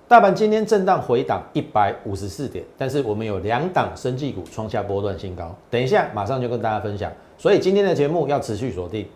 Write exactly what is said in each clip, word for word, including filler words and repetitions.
大盘今天震荡回档一百五十四点，但是我们有两档生技股创下波段新高，等一下马上就跟大家分享。所以今天的节目要持续锁定。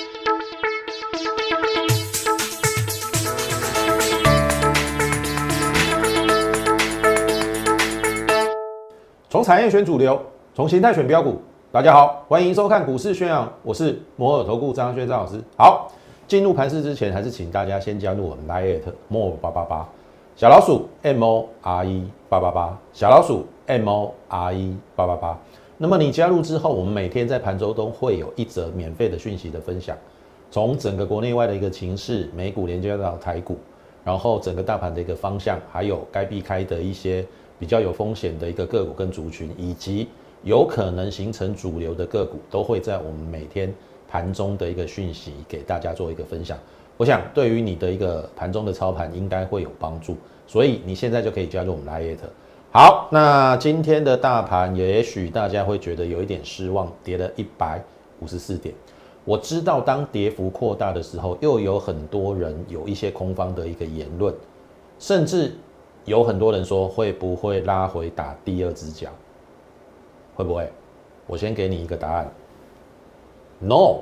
从产业选主流，从形态选标股。大家好，欢迎收看股市宣扬，我是摩尔投顾张轩张老师。好，进入盘市之前，还是请大家先加入我们 Line 摩尔八八八小老鼠 M O R E 八八八小老鼠 M O R E 八八八。那么你加入之后，我们每天在盘周都会有一则免费的讯息的分享，从整个国内外的一个情势，美股连接到台股，然后整个大盘的一个方向，还有该避开的一些比较有风险的一个个股跟族群，以及有可能形成主流的个股，都会在我们每天盘中的一个讯息给大家做一个分享。我想对于你的一个盘中的操盘应该会有帮助，所以你现在就可以加入我们 Line。好，那今天的大盘也许大家会觉得有一点失望，跌了一百五十四点。我知道当跌幅扩大的时候，又有很多人有一些空方的一个言论，甚至有很多人说会不会拉回打第二只脚？会不会？我先给你一个答案 ：No，No，Why？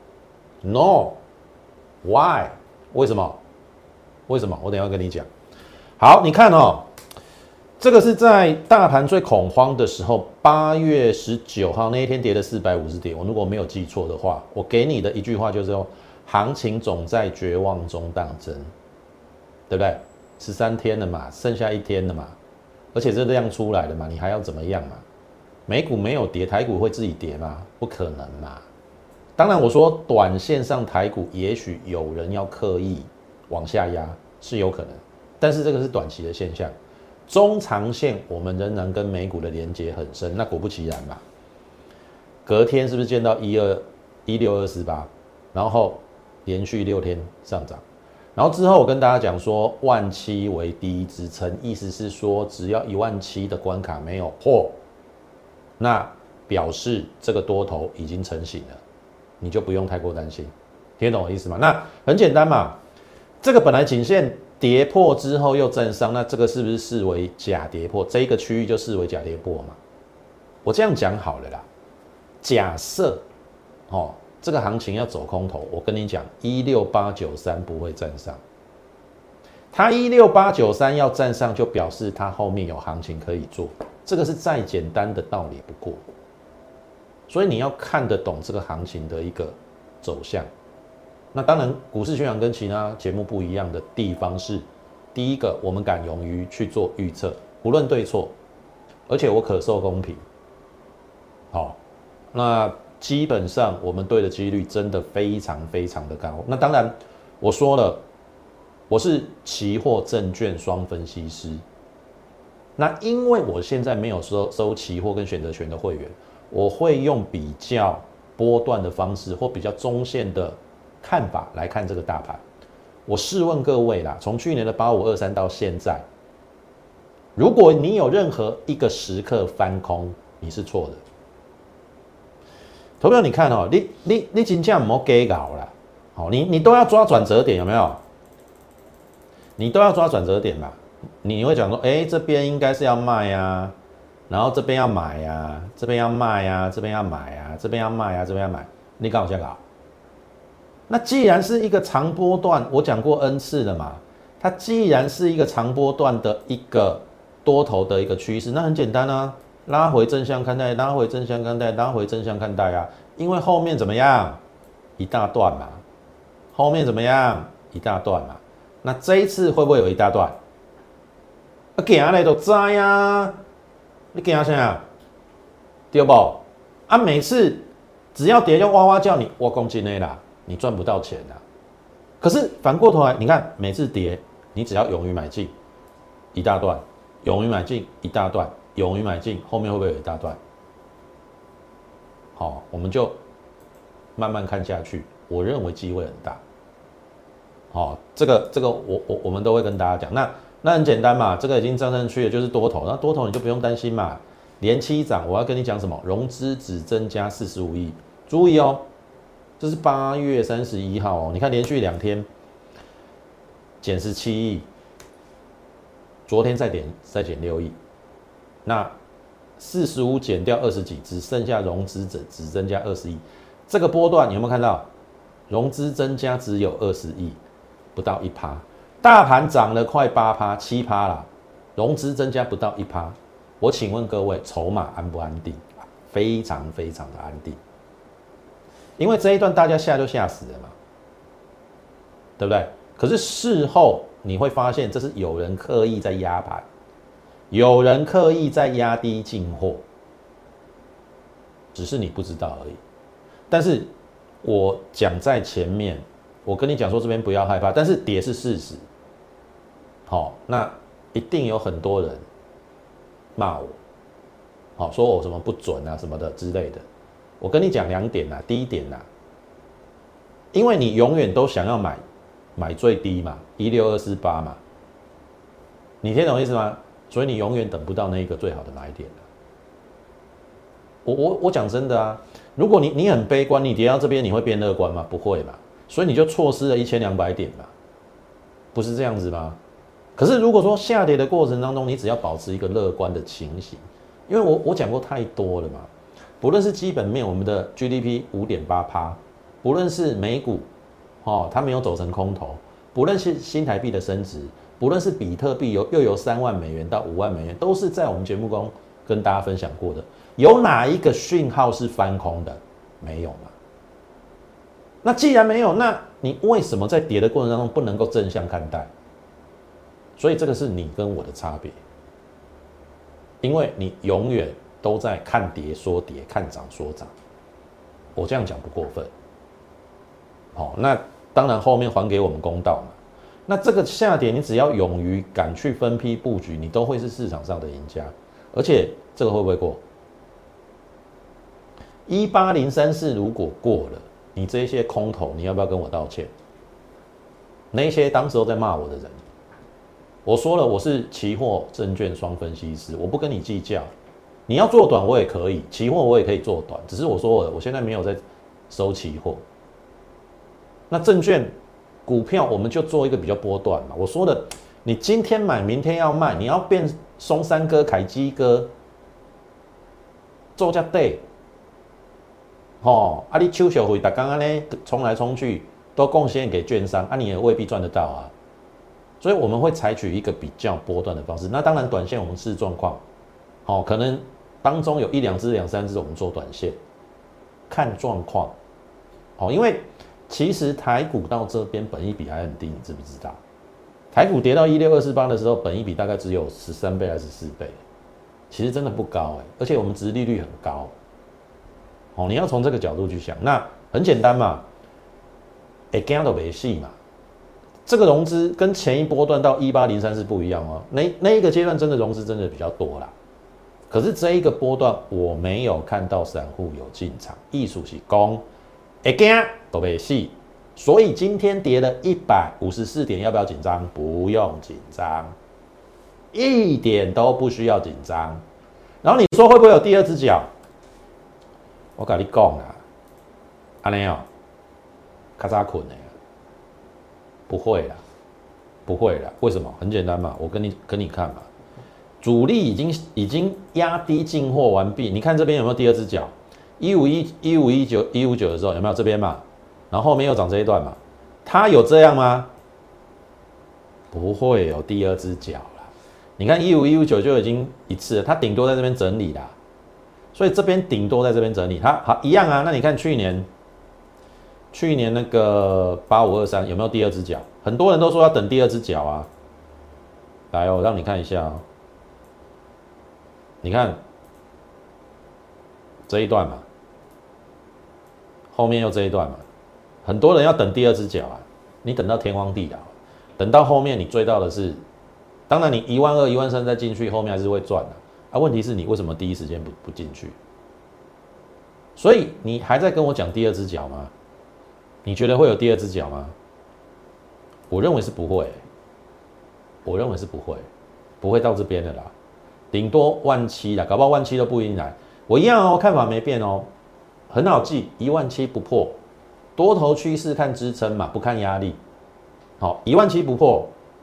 为什么？为什么？我等一下跟你讲。好，你看哦，这个是在大盘最恐慌的时候，八月十九号那一天跌了四百五十点。我如果没有记错的话，我给你的一句话就是说：行情总在绝望中当真，对不对？十三天了嘛，剩下一天了嘛，而且这量出来了嘛，你还要怎么样嘛？美股没有跌，台股会自己跌吗？不可能嘛！当然，我说短线上台股也许有人要刻意往下压，是有可能，但是这个是短期的现象。中长线我们仍然跟美股的连结很深，那果不其然嘛，隔天是不是见到一二一六二四八，然后连续六天上涨，然后之后我跟大家讲说万七为第一支撑，意思是说只要一万七的关卡没有破，那表示这个多头已经成型了，你就不用太过担心，听懂我意思吗？那很简单嘛，这个本来颈线跌破之后又站上，那这个是不是视为假跌破？这一个区域就视为假跌破嘛？我这样讲好了啦，假设哦，这个行情要走空头，我跟你讲，一六八九三不会站上，它一六八九三要站上，就表示它后面有行情可以做。这个是再简单的道理不过，所以你要看得懂这个行情的一个走向。那当然，股市宣扬跟其他节目不一样的地方是，第一个，我们敢勇于去做预测，不论对错，而且我可受公平。好，那基本上我们对的几率真的非常非常的高。那当然，我说了，我是期货证券双分析师。那因为我现在没有收收期货跟选择权的会员，我会用比较波段的方式或比较中线的看法来看这个大盘。我试问各位啦，从去年的八五二三到现在，如果你有任何一个时刻翻空，你是错的。投票你看哦，你你你真正不要假搞啦，好，你你都要抓转折点，有没有？你都要抓转折点嘛。你会讲说，哎，这边应该是要卖啊，然后这边要买啊，这边要卖啊，这边要买啊，这边要卖啊，这边要买，你搞先搞。那既然是一个长波段，我讲过 N 次了嘛，它既然是一个长波段的一个多头的一个趋势，那很简单啊，拉回正向看待，拉回正向看待，拉回正向看待啊，因为后面怎么样，一大段嘛，后面怎么样，一大段嘛，那这一次会不会有一大段？啊，行嘞就知啊，你惊啥？对不？啊，每次只要跌就哇哇叫你，我讲真的啦，你赚不到钱啦。可是反过头来，你看每次跌，你只要勇于买进一大段，勇于买进一大段，勇于买进，后面会不会有一大段？好，我们就慢慢看下去。我认为机会很大。好，这个这个我我我们都会跟大家讲。那那很简单嘛，这个已经站上去了，就是多头。那多头你就不用担心嘛。连七涨，我要跟你讲什么？融资只增加四十五亿，注意哦，这是八月三十一号哦。你看连续两天减十七亿， 昨天再点再减六亿，那四十五减掉二十几，只剩下融资者只增加二十亿，这个波段你有没有看到？融资增加只有二十亿，不到一趴，大盘涨了快八趴、七趴啦，融资增加不到一趴。我请问各位，筹码安不安定？非常非常的安定，因为这一段大家吓就吓死了嘛，对不对？可是事后你会发现，这是有人刻意在压盘，有人刻意在压低进货，只是你不知道而已。但是我讲在前面，我跟你讲说这边不要害怕，但是跌是事实。好、哦，那一定有很多人骂我，好、哦、说我什么不准啊什么的之类的。我跟你讲两点啊，第一点啊，因为你永远都想要买买最低嘛，一六二四八嘛，你听懂意思吗？所以你永远等不到那一个最好的买点。我我我讲真的啊。如果你你很悲观，你跌到这边你会变乐观吗？不会嘛，所以你就错失了一千两百点嘛，不是这样子吗？可是如果说下跌的过程当中，你只要保持一个乐观的情形，因为我我讲过太多了嘛，不论是基本面，我们的 G D P 五点八趴，不论是美股，哦，它没有走成空头，不论是新台币的升值，不论是比特币由又由三万美元到五万美元，都是在我们节目中跟大家分享过的。有哪一个讯号是翻空的？没有嘛？那既然没有，那你为什么在跌的过程当中不能够正向看待？所以这个是你跟我的差别，因为你永远都在看跌说跌，看涨说涨。我这样讲不过分。好、哦，那当然后面还给我们公道嘛。那这个下跌，你只要勇于敢去分批布局，你都会是市场上的赢家。而且这个会不会过？一八零三四如果过了，你这些空头，你要不要跟我道歉？那些当时候在骂我的人，我说了，我是期货证券双分析师，我不跟你计较。你要做短我也可以，期货我也可以做短，只是我说我我现在没有在收期货。那证券股票我们就做一个比较波段嘛。我说的，你今天买，明天要卖，你要变松山哥、凯基哥，做价对。哦，啊，你手续费大刚刚呢冲来冲去，都贡献给券商，啊，你也未必赚得到啊。所以我们会采取一个比较波段的方式。那当然，短线我们视状况，哦，可能当中有一两只、两三只我们做短线，看状况。哦，因为其实台股到这边本益比还很低，你知不知道？台股跌到一六二四八的时候，本益比大概只有十三倍还是十四倍，其实真的不高哎，而且我们殖利率很高。哦，你要从这个角度去想，那很简单嘛，会惊都没戏嘛。这个融资跟前一波段到一八零三是不一样哦，那那一个阶段真的融资真的比较多啦。可是这一个波段我没有看到散户有进场，意思是讲会惊都没戏。所以今天跌了一百五十四点，要不要紧张？不用紧张，一点都不需要紧张。然后你说会不会有第二只脚？我跟你讲啦，安尼哦，较早困的，不会啦，不会啦。为什么？很简单嘛，我跟你跟你看嘛，主力已经已经压低进货完毕。你看这边有没有第二只脚？一五一、一五一九、一五九的时候有没有这边嘛？然后后面又涨这一段嘛？它有这样吗？不会有第二只脚啦。你看一五一五九就已经一次了，它顶多在这边整理啦。所以这边顶多在这边整理，它好一样啊。那你看去年，去年那个八五二三有没有第二只脚？很多人都说要等第二只脚啊。来哦，让你看一下哦。你看这一段嘛，后面又这一段嘛，很多人要等第二只脚啊。你等到天荒地老，等到后面你追到的是，当然你一万二、一万三再进去，后面还是会赚的。啊，问题是你为什么第一时间不不进去？所以你还在跟我讲第二只脚吗？你觉得会有第二只脚吗？我认为是不会、欸，我认为是不会，不会到这边的啦，顶多万七啦，搞不好万七都不一定来。我一样哦，看法没变哦，很好记，一万七不破，多头趋势看支撑嘛，不看压力。好，一万七不破，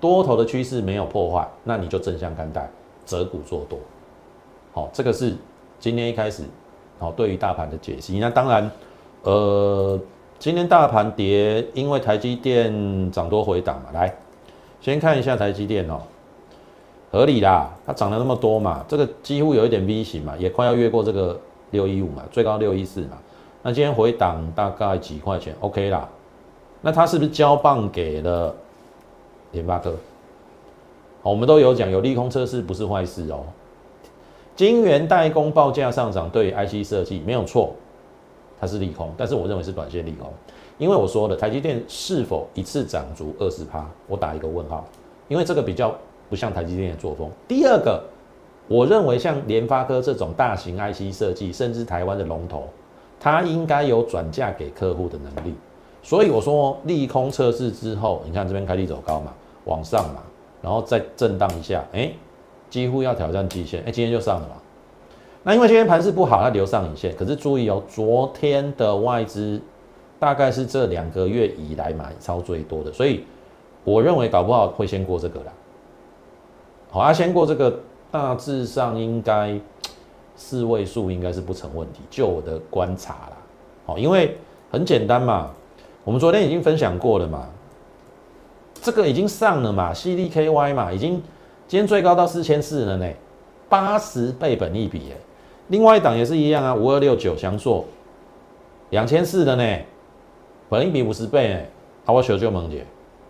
多头的趋势没有破坏，那你就正向看待，择股做多。好，这个是今天一开始好对于大盘的解析。那当然，呃，今天大盘跌，因为台积电涨多回档嘛。来，先看一下台积电哦，合理啦，它涨了那么多嘛，这个几乎有一点 V 型嘛，也快要越过这个六一五嘛，最高六一四嘛。那今天回档大概几块钱 ，OK 啦。那它是不是交棒给了联发科？好，我们都有讲，有利空测试不是坏事哦。晶圆代工报价上涨对于 I C 设计没有错，它是利空，但是我认为是短线利空，因为我说了，台积电是否一次涨足 百分之二十， 我打一个问号，因为这个比较不像台积电的作风。第二个，我认为像联发科这种大型 I C 设计，甚至台湾的龙头，它应该有转嫁给客户的能力。所以我说利空测试之后，你看这边开低走高嘛，往上嘛，然后再震荡一下，哎，几乎要挑战季线，哎，今天就上了嘛。那因为今天盘势不好，它留上影线，可是注意哦，昨天的外资大概是这两个月以来买超最多的，所以我认为搞不好会先过这个啦。好，啊，先过这个，大致上应该四位数应该是不成问题，就我的观察啦。好，因为很简单嘛。我们昨天已经分享过了嘛，这个已经上了嘛 ，C D K Y 嘛，已经今天最高到四千四了呢，八十倍本益比哎，另外一档也是一样啊，五二六九翔硕，两千四的呢，本益比五十倍哎，啊我求救萌姐，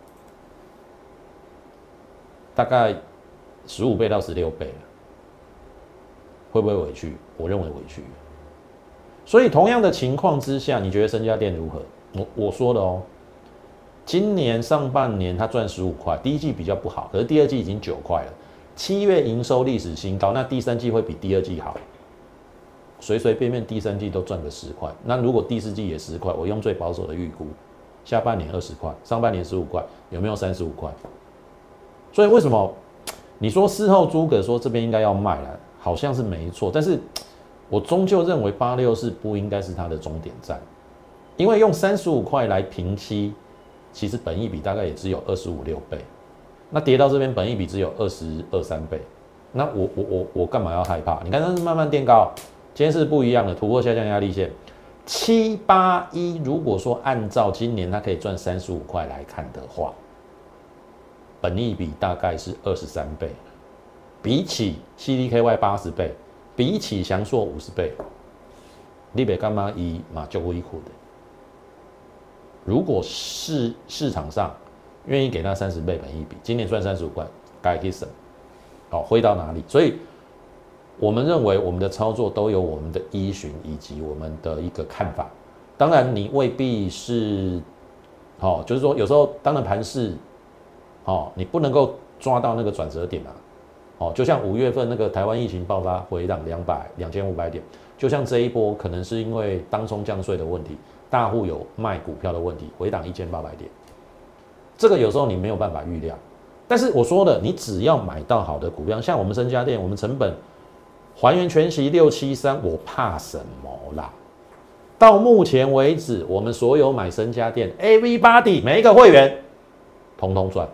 大概十五倍到十六倍了，会不会委屈？我认为委屈。所以同样的情况之下，你觉得身家店如何？我我说了哦，今年上半年它赚十五块，第一季比较不好，可是第二季已经九块了，七月营收历史新高，那第三季会比第二季好，随随便便第三季都赚个十块，那如果第四季也十块，我用最保守的预估，下半年二十块，上半年十五块，有没有三十五块？所以为什么你说事后诸葛说这边应该要卖了，好像是没错，但是我终究认为八六四不应该是它的终点站。因为用三十五块来平息，其实本益比大概也只有二十五六倍，那跌到这边本益比只有二十二三倍，那我我我我干嘛要害怕？你看它是慢慢垫高，今天是不一样的，突破下降压力线七八一。如果说按照今年它可以赚三十五块来看的话，本益比大概是二十三倍，比起 C D K Y 八十倍，比起翔硕五十倍，你别干嘛以马就微苦的。如果市市场上愿意给他三十倍本益比，今年赚三十五块，该去省，哦，会到哪里？所以我们认为我们的操作都有我们的依循以及我们的一个看法。当然，你未必是，哦，就是说有时候当然盘势，哦，你不能够抓到那个转折点啊，哦，就像五月份那个台湾疫情爆发回档两百两千五百点，就像这一波可能是因为当冲降税的问题。大户有卖股票的问题，回档一千八百点，这个有时候你没有办法预料。但是我说了，你只要买到好的股票，像我们身家店，我们成本还原全息六七三，我怕什么啦？到目前为止，我们所有买身家店 ，everybody 每一个会员，通通赚。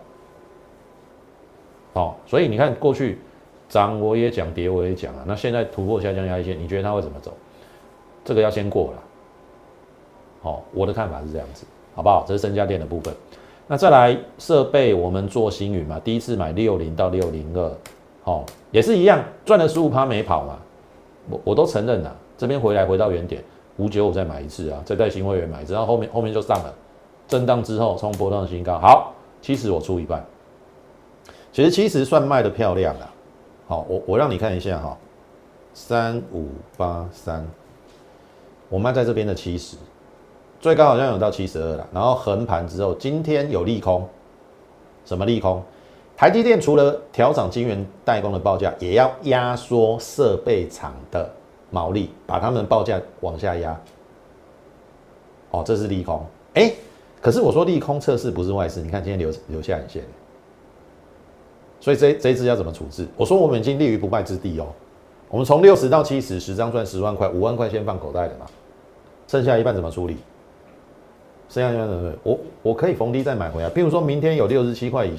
哦，所以你看过去涨我也讲，跌我也讲啊。那现在突破下降压力线，你觉得它会怎么走？这个要先过了。哦，我的看法是这样子，好不好？这是身家店的部分。那再来设备，我们做星云嘛，第一次买六零到六零二，哦，也是一样，赚了十五趴没跑嘛，我我都承认了。这边回来回到原点，五九五再买一次啊，再带新会员买一次，然后后面后面就上了，震荡之后冲波段新高，好，七十我出一半，其实七十算卖的漂亮啦。好，我我让你看一下哈，三五八三，我卖在这边的七十。最高好像有到七十二了，然后横盘之后，今天有利空，什么利空？台积电除了调涨晶圆代工的报价，也要压缩设备厂的毛利，把他们报价往下压。哦，这是利空。哎，可是我说利空测试不是坏事，你看今天留留下影线，所以这这一支要怎么处置？我说我们已经立于不败之地哦。我们从六十到七十，十张赚十万块，五万块先放口袋的嘛，剩下一半怎么处理？剩下一半怎么处理？我我可以逢低再买回来。譬如说明天有六十七块以下，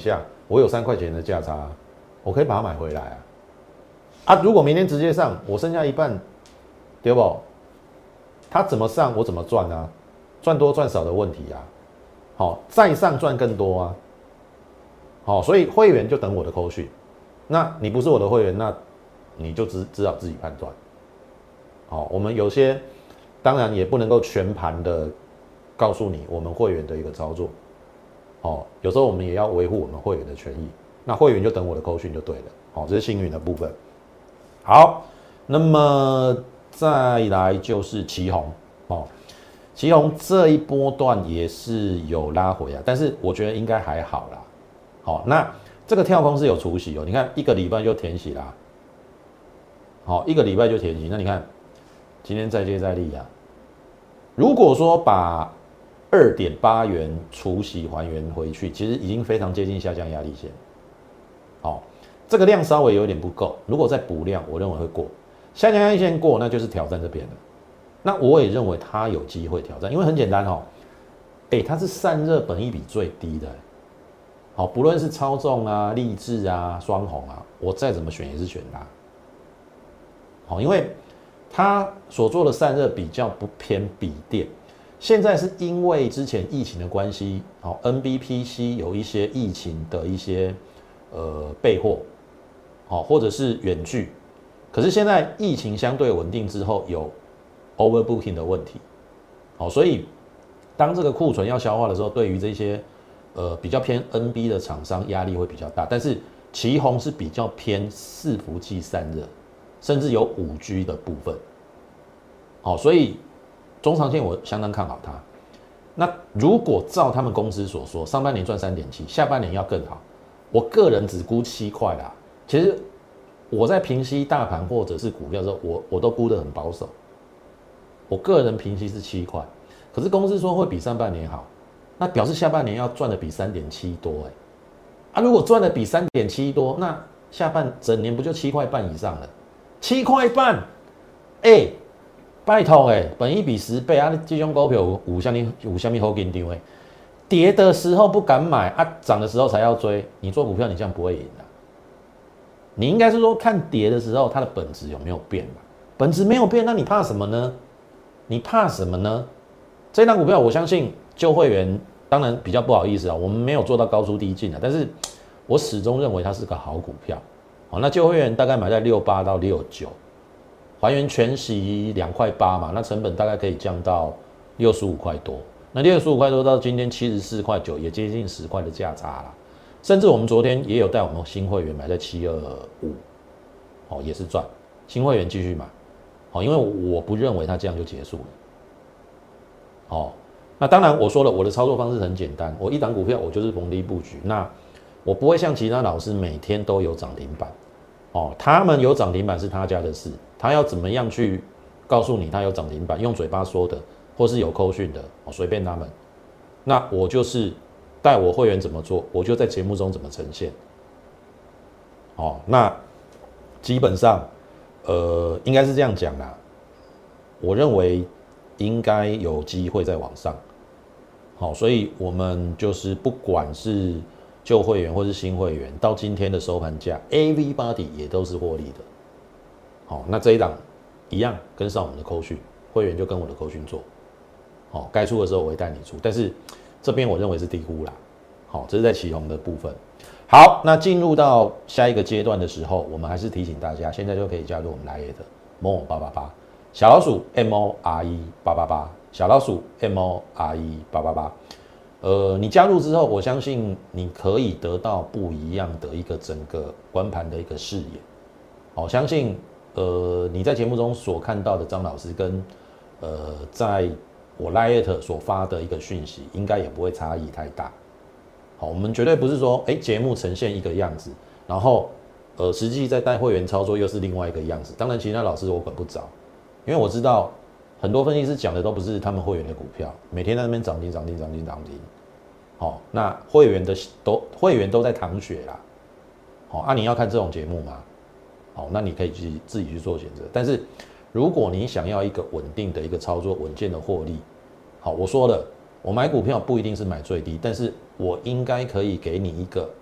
我有三块钱的价差，我可以把它买回来啊。啊，如果明天直接上，我剩下一半，对不？它怎么上我怎么赚啊？赚多赚少的问题啊。好，再上赚更多啊。好，所以会员就等我的扣讯。那你不是我的会员，那你就只只好自己判断。好，我们有些当然也不能够全盘的告诉你我们会员的一个操作。好，有时候我们也要维护我们会员的权益。那会员就等我的扣讯就对了。好，这是幸运的部分。好，那么再来就是奇鋐哦，奇鋐这一波段也是有拉回啊，但是我觉得应该还好啦。好，那这个跳空是有除息哦，你看一个礼拜就填息啦。好，一个礼拜就填息，那你看今天再接再厉啊。如果说把 二点八 元除息还原回去，其实已经非常接近下降压力线。好。这个量稍微有点不够，如果再补量，我认为会过下降压力线过，那就是挑战这边了。那我也认为它有机会挑战，因为很简单哦，哎，它是散热本益比最低的，好，不论是超重啊、励志啊、双红啊，我再怎么选也是选它。好，因为它所做的散热比较不偏笔电，现在是因为之前疫情的关系，好 ，N B P C 有一些疫情的一些呃备货。好，或者是远距，可是现在疫情相对稳定之后，有 overbooking 的问题，好，所以当这个库存要消化的时候，对于这些呃比较偏 N B 的厂商压力会比较大。但是奇鋐是比较偏伺服器散热，甚至有 五 G 的部分，好，所以中长线我相当看好它。那如果照他们公司所说，上半年赚 三点七， 下半年要更好，我个人只估七块啦。其实我在平息大盘或者是股票的时候，我我都估得很保守。我个人平息是七块，可是公司说会比上半年好，那表示下半年要赚的比 三点七 多哎、欸。啊，如果赚的比 三点七 多，那下半整年不就七块半以上了？七块半，哎、欸，拜托哎、欸，本益比十倍啊，这种股票有什么有什么好紧张的？跌的时候不敢买啊，涨的时候才要追，你做股票你这样不会赢的。你应该是说看跌的时候，它的本质有没有变吧？本质没有变，那你怕什么呢？你怕什么呢？这档股票，我相信旧会员当然比较不好意思啊，我们没有做到高出低进啊，但是我始终认为它是个好股票。好，那旧会员大概买在六八到六九，还原全息两块八嘛，那成本大概可以降到六十五块多。那六十五块多到今天七十四块九，也接近十块的价差啦。甚至我们昨天也有带我们新会员买在七二五，哦，也是赚。新会员继续买，哦，因为我不认为它这样就结束了。哦，那当然我说了，我的操作方式很简单，我一档股票我就是逢低布局，那我不会像其他老师每天都有涨停板。哦，他们有涨停板是他家的事，他要怎么样去告诉你他有涨停板，用嘴巴说的，或是有扣讯的，哦，随便他们。那我就是带我会员怎么做，我就在节目中怎么呈现。哦，那基本上，呃，应该是这样讲啦。我认为应该有机会再往上。好，所以我们就是不管是旧会员或是新会员，到今天的收盘价 ，everybody 也都是获利的。好，那这一档一样跟上我们的扣讯，会员就跟我的扣讯做。好，该出的时候我会带你出，但是这边我认为是低估啦。好，这是在奇鋐的部分。好，那进入到下一个阶段的时候，我们还是提醒大家，现在就可以加入我们来的 more 八八八小老鼠 M O R E 八八八小老鼠 M O R E 八八八。呃，你加入之后，我相信你可以得到不一样的一个整个观盘的一个视野。好，相信呃你在节目中所看到的张老师跟呃在我 Line 所发的一个讯息，应该也不会差异太大。好，我们绝对不是说，哎，节目呈现一个样子，然后，呃，实际在带会员操作又是另外一个样子。当然，其他老师我管不着，因为我知道很多分析师讲的都不是他们会员的股票，每天在那边涨停、涨停、涨停、涨停。好，那会员的都会员都在淌血啦。好，啊，你要看这种节目吗？好，那你可以去自己去做选择。但是，如果你想要一个稳定的一个操作、稳健的获利，好，我说了。我买股票不一定是买最低，但是我应该可以给你一个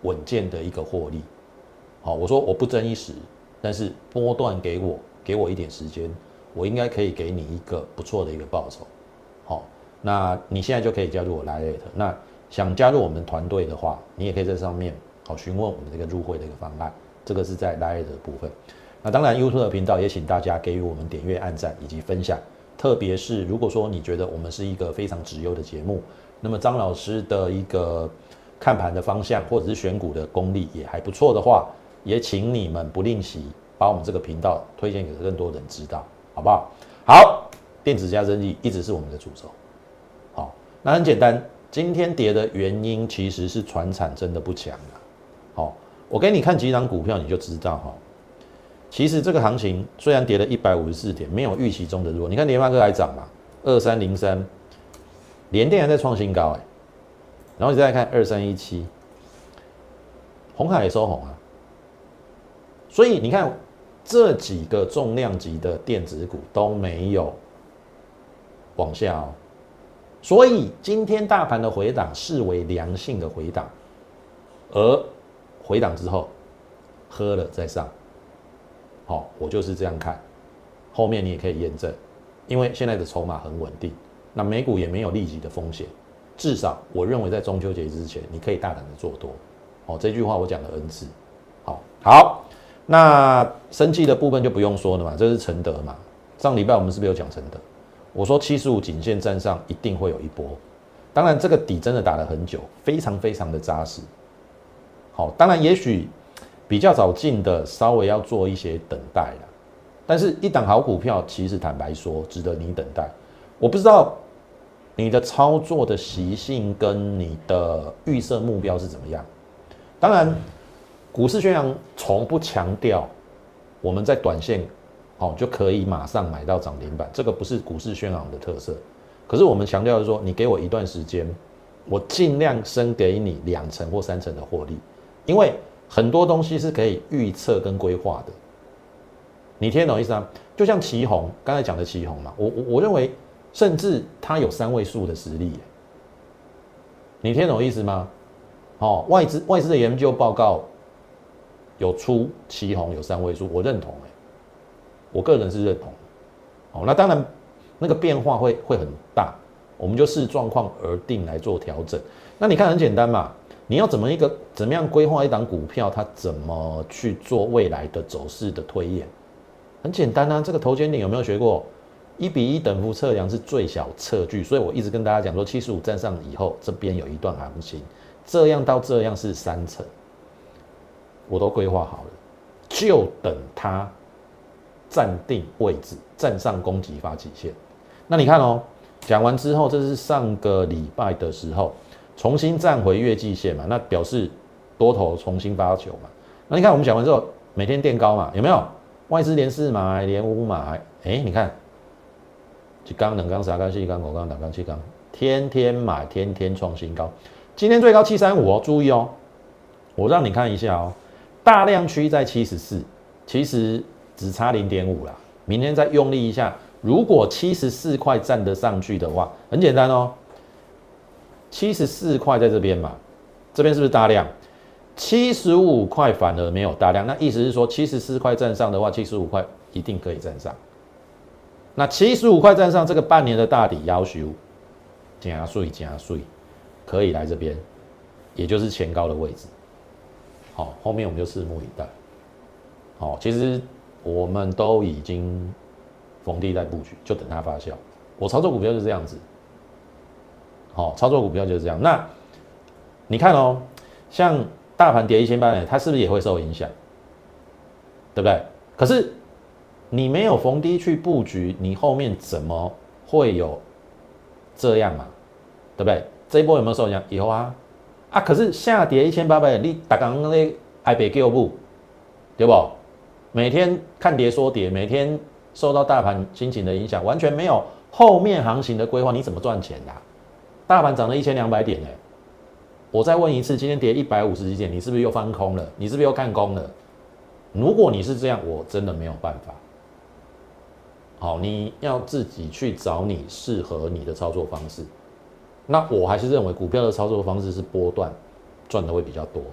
稳健的一个获利。好，我说我不争一时，但是波段给我给我一点时间，我应该可以给你一个不错的一个报酬。好，那你现在就可以加入我 Line。那想加入我们团队的话，你也可以在上面好询问我们这个入会的一个方案。这个是在 Line 的部分。那当然 YouTube 的频道也请大家给予我们点阅、按赞以及分享。特别是如果说你觉得我们是一个非常质优的节目，那么张老师的一个看盘的方向或者是选股的功力也还不错的话，也请你们不吝惜把我们这个频道推荐给更多人知道，好不好？好，电子加生技一直是我们的主轴。好，那很简单，今天跌的原因其实是传产真的不强了。好，我给你看几档股票你就知道哈。其实这个行情虽然跌了一百五十四点，没有预期中的弱。你看联发科还涨嘛，二三零三，联电还在创新高哎、欸。然后你再来看二三一七，鸿海也收红啊。所以你看这几个重量级的电子股都没有往下哦，所以今天大盘的回档视为良性的回档，而回档之后喝了再上，好，我就是这样看，后面你也可以验证，因为现在的筹码很稳定，那美股也没有立即的风险，至少我认为在中秋节之前你可以大胆的做多，好，这句话我讲了 N 次，好，好。那生技的部分就不用说了嘛，这是承德嘛。上礼拜我们是不是有讲承德？我说七十五颈线站上一定会有一波，当然这个底真的打了很久，非常非常的扎实。好，当然也许比较早进的稍微要做一些等待啦，但是一档好股票其实坦白说值得你等待。我不知道你的操作的习性跟你的预设目标是怎么样，当然。股市宣扬从不强调我们在短线好就可以马上买到涨停板，这个不是股市宣扬的特色。可是我们强调的是说，你给我一段时间，我尽量生给你两成或三成的获利，因为很多东西是可以预测跟规划的。你听懂意思吗？就像奇鋐刚才讲的奇鋐嘛，我我我认为甚至它有三位数的实力，你听懂意思吗？哦，外资外资的研究报告。有出奇鋐有三位数，我认同哎、欸，我个人是认同。哦，那当然那个变化会会很大，我们就视状况而定来做调整。那你看很简单嘛，你要怎么一个怎么样规划一档股票，它怎么去做未来的走势的推演？很简单啊，这个头肩顶有没有学过？一比一等幅测量是最小测距，所以我一直跟大家讲说，七十五站上以后，这边有一段行情，这样到这样是三成。我都规划好了，就等它站定位置，站上攻击发起线。那你看哦，讲完之后，这是上个礼拜的时候重新站回月季线嘛，那表示多头重新发球嘛。那你看我们讲完之后，每天垫高嘛，有没有？外资连四买，连五买，哎，你看，一缸、两缸、三缸、四缸、五缸、六缸、七缸，天天买，天天创新高。今天最高七三五哦，注意哦，我让你看一下哦。大量区在七十四，其实只差零点五啦。明天再用力一下，如果七十四块站得上去的话，很简单哦。七十四块在这边嘛，这边是不是大量？七十五块反而没有大量，那意思是说七十四块站上的话，七十五块一定可以站上。那七十五块站上，这个半年的大底要求加税加税，可以来这边，也就是前高的位置。好，后面我们就拭目以待。好，其实我们都已经逢低在布局，就等它发酵。我操作股票就是这样子。好，操作股票就是这样。那你看哦，像大盘跌一千八百点，它是不是也会受影响？对不对？可是你没有逢低去布局，你后面怎么会有这样嘛？对不对？这一波有没有受影响？有啊。啊，可是下跌一千八百点，你大刚咧爱被叫不，对不？每天看跌说跌，每天受到大盘心情的影响，完全没有后面行情的规划，你怎么赚钱的、啊？大盘涨了一千两百点、欸，哎，我再问一次，今天跌一百五十几点，你是不是又翻空了？你是不是又看空了？如果你是这样，我真的没有办法。好，你要自己去找你适合你的操作方式。那我还是认为股票的操作方式是波段赚的会比较多。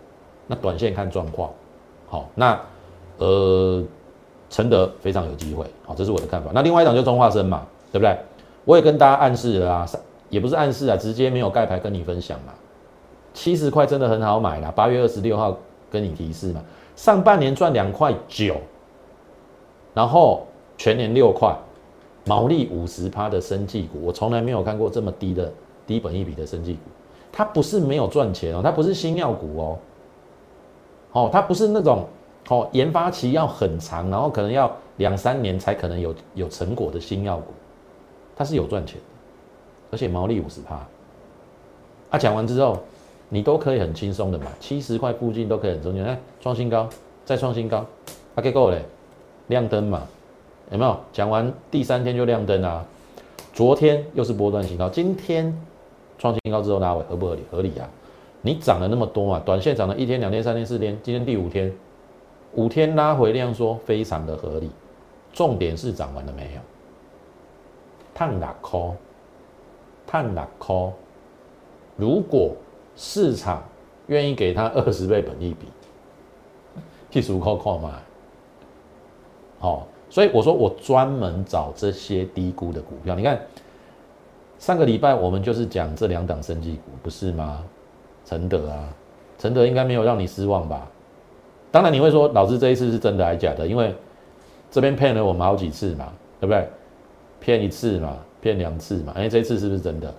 那短线看状况。好，那呃，承德非常有机会，好，这是我的看法。那另外一档就中化生嘛，对不对？我也跟大家暗示了啊，也不是暗示啊，直接没有盖牌跟你分享嘛。七十块真的很好买啦，八月二十六号跟你提示嘛，上半年赚两块九，然后全年六块，毛利五十趴的生技股，我从来没有看过这么低的低本益比的生技股。它不是没有赚钱哦，它不是新药股哦，哦，它不是那种哦研发期要很长，然后可能要两三年才可能有有成果的新药股，它是有赚钱的，而且毛利五十趴。啊，讲完之后，你都可以很轻松的买，七十块附近都可以很中间，哎，创新高，再创新高，啊，结果嘞，亮灯嘛，有没有？讲完第三天就亮灯啊，昨天又是波段新高，今天创新高之后拉回，合不合理？合理啊！你涨了那么多嘛，短线涨了一天、两天、三天、四天，今天第五天，五天拉回量缩，非常的合理。重点是涨完了没有？碳六块，碳六块。如果市场愿意给他二十倍本益比，七十五块看嘛。好，所以我说我专门找这些低估的股票。你看，上个礼拜我们就是讲这两档生技股，不是吗？承德啊，承德应该没有让你失望吧？当然你会说，老师这一次是真的还是假的？因为这边骗了我们好几次嘛，对不对？骗一次嘛，骗两次嘛，哎，这一次是不是真的？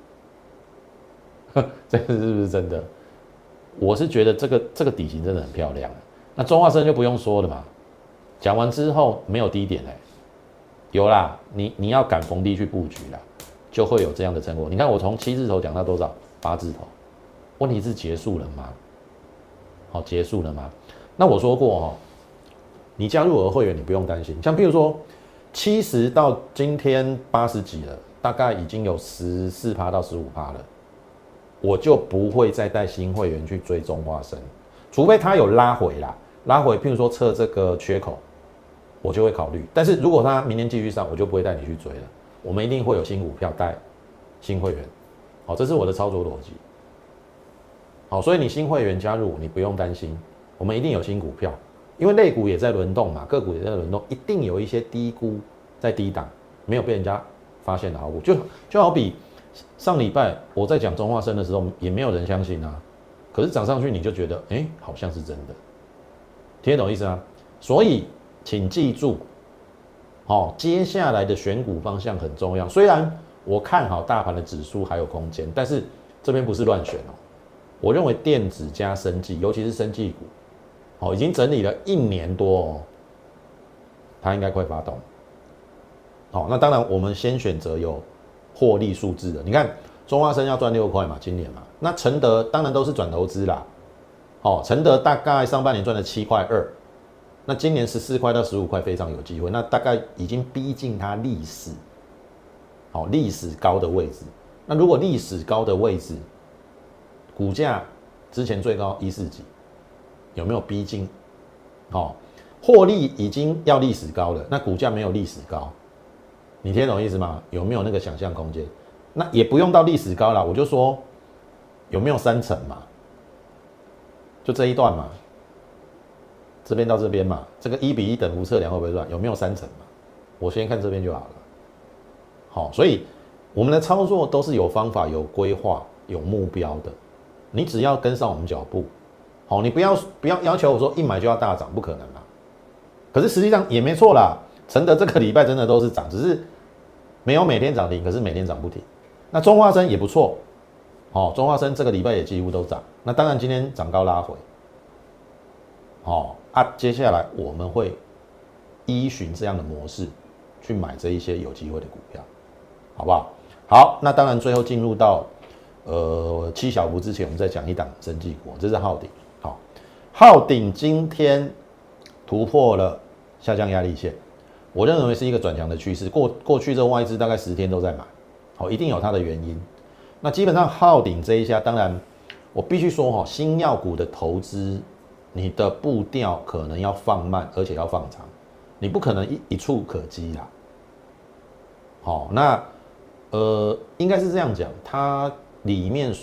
这个是不是真的？我是觉得这个这个底型真的很漂亮。那中化生就不用说了嘛，讲完之后没有低点哎、欸，有啦，你你要赶逢低去布局啦，就会有这样的成果。你看我从七字头讲到多少？八字头，问题是结束了吗？好，结束了吗？那我说过哈、哦，你加入我的会员，你不用担心。像譬如说七十到今天八十几了，大概已经有十四趴到十五趴了。我就不会再带新会员去追中化生，除非他有拉回啦，拉回，譬如说测这个缺口，我就会考虑。但是如果他明天继续上，我就不会带你去追了。我们一定会有新股票带新会员，好，这是我的操作逻辑。好，所以你新会员加入，你不用担心，我们一定有新股票，因为类股也在轮动嘛，个股也在轮动，一定有一些低估在低档，没有被人家发现的好股，就就好比。上礼拜我在讲中化生的时候，也没有人相信啊。可是涨上去你就觉得，哎、欸，好像是真的，听得懂意思吗？所以请记住，哦，接下来的选股方向很重要。虽然我看好大盘的指数还有空间，但是这边不是乱选哦。我认为电子加生技，尤其是生技股，哦，已经整理了一年多哦，它应该快发动。好，那当然我们先选择有获利数字的，你看中化生要赚六块嘛，今年嘛，那承德当然都是转投资啦。哦，承德大概上半年赚了七块二，那今年十四块到十五块非常有机会，那大概已经逼近它历史，好历史高的位置。那如果历史高的位置，股价之前最高一四几，有没有逼近？哦，获利已经要历史高了，那股价没有历史高。你听懂意思吗？有没有那个想象空间？那也不用到历史高了，我就说有没有三成嘛？就这一段嘛，这边到这边嘛，这个一比一等幅测量会不会算？有没有三成嘛？我先看这边就好了。好，所以我们的操作都是有方法、有规划、有目标的。你只要跟上我们脚步，好，你不要不要要求我说一买就要大涨，不可能啦。可是实际上也没错啦，承德这个礼拜真的都是涨，只是没有每天涨停，可是每天涨不停。那中化生也不错，哦，中化生这个礼拜也几乎都涨。那当然今天涨高拉回，哦啊，接下来我们会依循这样的模式去买这一些有机会的股票，好不好？好，那当然最后进入到呃七小福之前，我们再讲一档生技股，这是浩鼎。好，浩鼎今天突破了下降压力线。我认为是一个转强的趋势，过过去这外资大概十天都在买，好，一定有它的原因。那基本上浩鼎这一下，当然我必须说哈，新药股的投资，你的步调可能要放慢，而且要放长，你不可能一一触可及啦。好，那呃，应该是这样讲，它里面所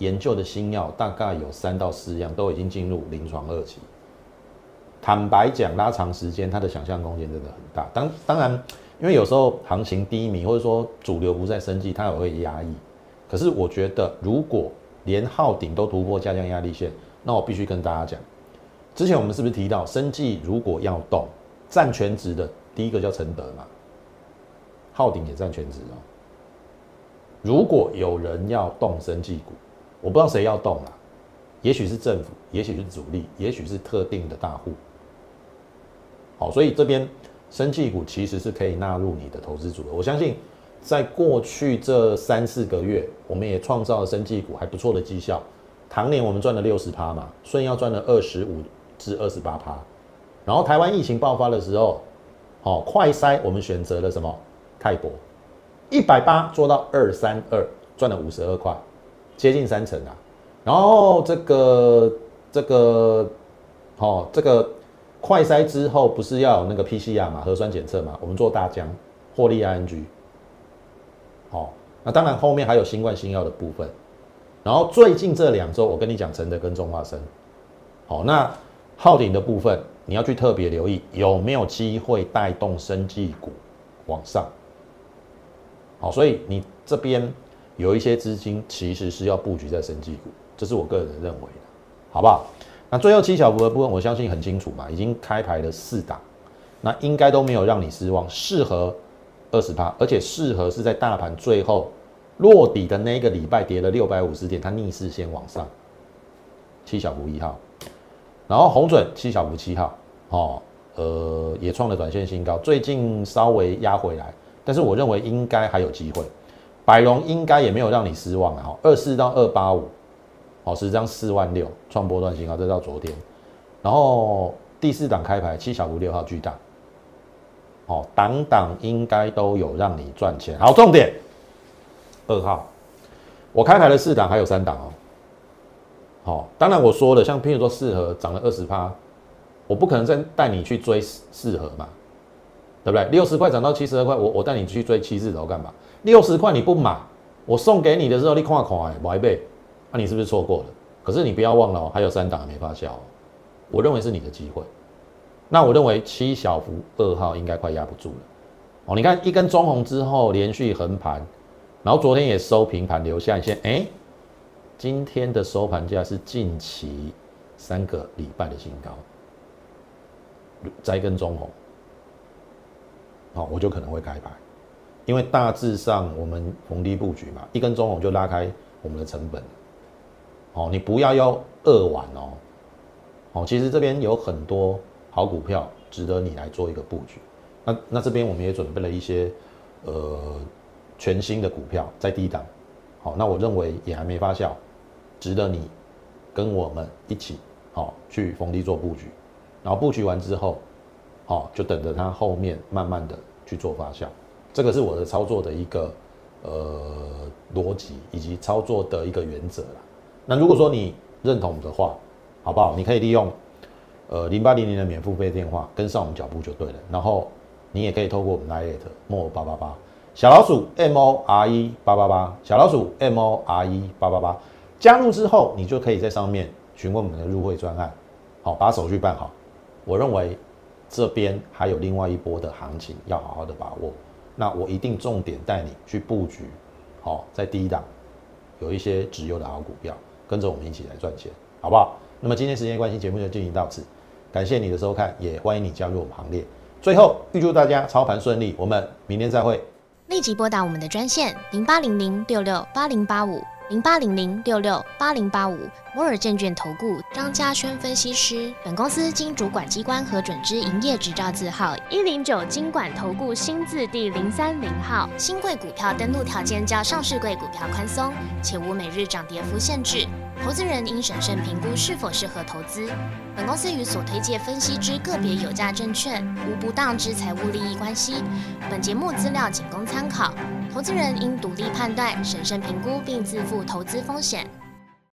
研究的新药大概有三到四样都已经进入临床二期。坦白讲，拉长时间，它的想象空间真的很大。当当然，因为有时候行情低迷，或者说主流不在生技，它也会压抑。可是我觉得，如果连浩鼎都突破下降压力线，那我必须跟大家讲，之前我们是不是提到，生技如果要动，占全值的第一个叫承德嘛，浩鼎也占全值哦。如果有人要动生技股，我不知道谁要动啦，也许是政府，也许是主力，也许是特定的大户。好，所以这边生技股其实是可以纳入你的投资组合。我相信，在过去这三四个月，我们也创造了生技股还不错的绩效。唐年我们赚了六十趴嘛，顺药赚了二十五至二十八趴。然后台湾疫情爆发的时候，哦，快筛我们选择了什么？泰博，一百八做到二三二，赚了五十二块，接近三成啊。然后这个这个，哦，这个。快筛之后不是要有那个 P C R 嘛，核酸检测嘛，我们做大疆，获利 I N G。好，那当然后面还有新冠新药的部分。然后最近这两周，我跟你讲承德跟中华生。好，那浩鼎的部分，你要去特别留意有没有机会带动生技股往上。好，所以你这边有一些资金其实是要布局在生技股，这是我个人认为的，好不好？那最后七小福的部分，我相信很清楚嘛，已经开牌了四档，那应该都没有让你失望，适合二十趴，而且适合是在大盘最后落底的那个礼拜跌了六百五十点，它逆势先往上。七小福一号，然后红准七小福七号，哦，呃，也创了短线新高，最近稍微压回来，但是我认为应该还有机会。百荣应该也没有让你失望啊，二四到二八五。好，十张四万六，创波段新高，这到昨天。然后第四档开牌，七小福六号巨大，好，档档应该都有让你赚钱。好，重点二号，我开牌的四档还有三档哦。好，当然我说了，像譬如说适合涨了二十趴，我不可能再带你去追适合嘛，对不对？六十块涨到七十二块，我我带你去追七字头干嘛？六十块你不买，我送给你的时候你看看哎，买呗。那、啊、你是不是错过了？可是你不要忘了哦，还有三档还没发酵哦。我认为是你的机会。那我认为七小福二号应该快压不住了。哦，你看一根中红之后连续横盘，然后昨天也收平盘留下影线，哎，今天的收盘价是近期三个礼拜的新高，再一根中红，好、哦，我就可能会开牌，因为大致上我们逢低布局嘛，一根中红就拉开我们的成本。哦，你不要要扼腕哦。哦，其实这边有很多好股票值得你来做一个布局。那那这边我们也准备了一些呃全新的股票在低档，好，那我认为也还没发酵，值得你跟我们一起好去逢低做布局。然后布局完之后，好就等着它后面慢慢的去做发酵。这个是我的操作的一个呃逻辑以及操作的一个原则啦。那如果说你认同的话，好不好？你可以利用呃零八零零的免付费电话跟上我们脚步就对了。然后你也可以透过我们 Line more 八八八小老鼠 M O R E 八八八小老鼠 M O R E 八八八加入之后，你就可以在上面询问我们的入会专案，好，把手续办好。我认为这边还有另外一波的行情要好好的把握。那我一定重点带你去布局，好，在第一档有一些直优的好股票。跟着我们一起来赚钱，好不好？那么今天时间关系，节目就进行到此，感谢你的收看，也欢迎你加入我们行列。最后预祝大家操盘顺利，我们明天再会。 立即拨打我们的专线零八零零六六八零八五零八零零六六八零八五摩尔证券投顾张嘉轩分析师。本公司经主管机关核准之营业执照字号一零九金管投顾新字第零三零号。新贵股票登录条件较上市贵股票宽松，且无每日涨跌幅限制。投资人应审慎评估是否适合投资。本公司与所推介分析之个别有价证券无不当之财务利益关系。本节目资料仅供参考，投资人应独立判断、审慎评估并自负投资风险。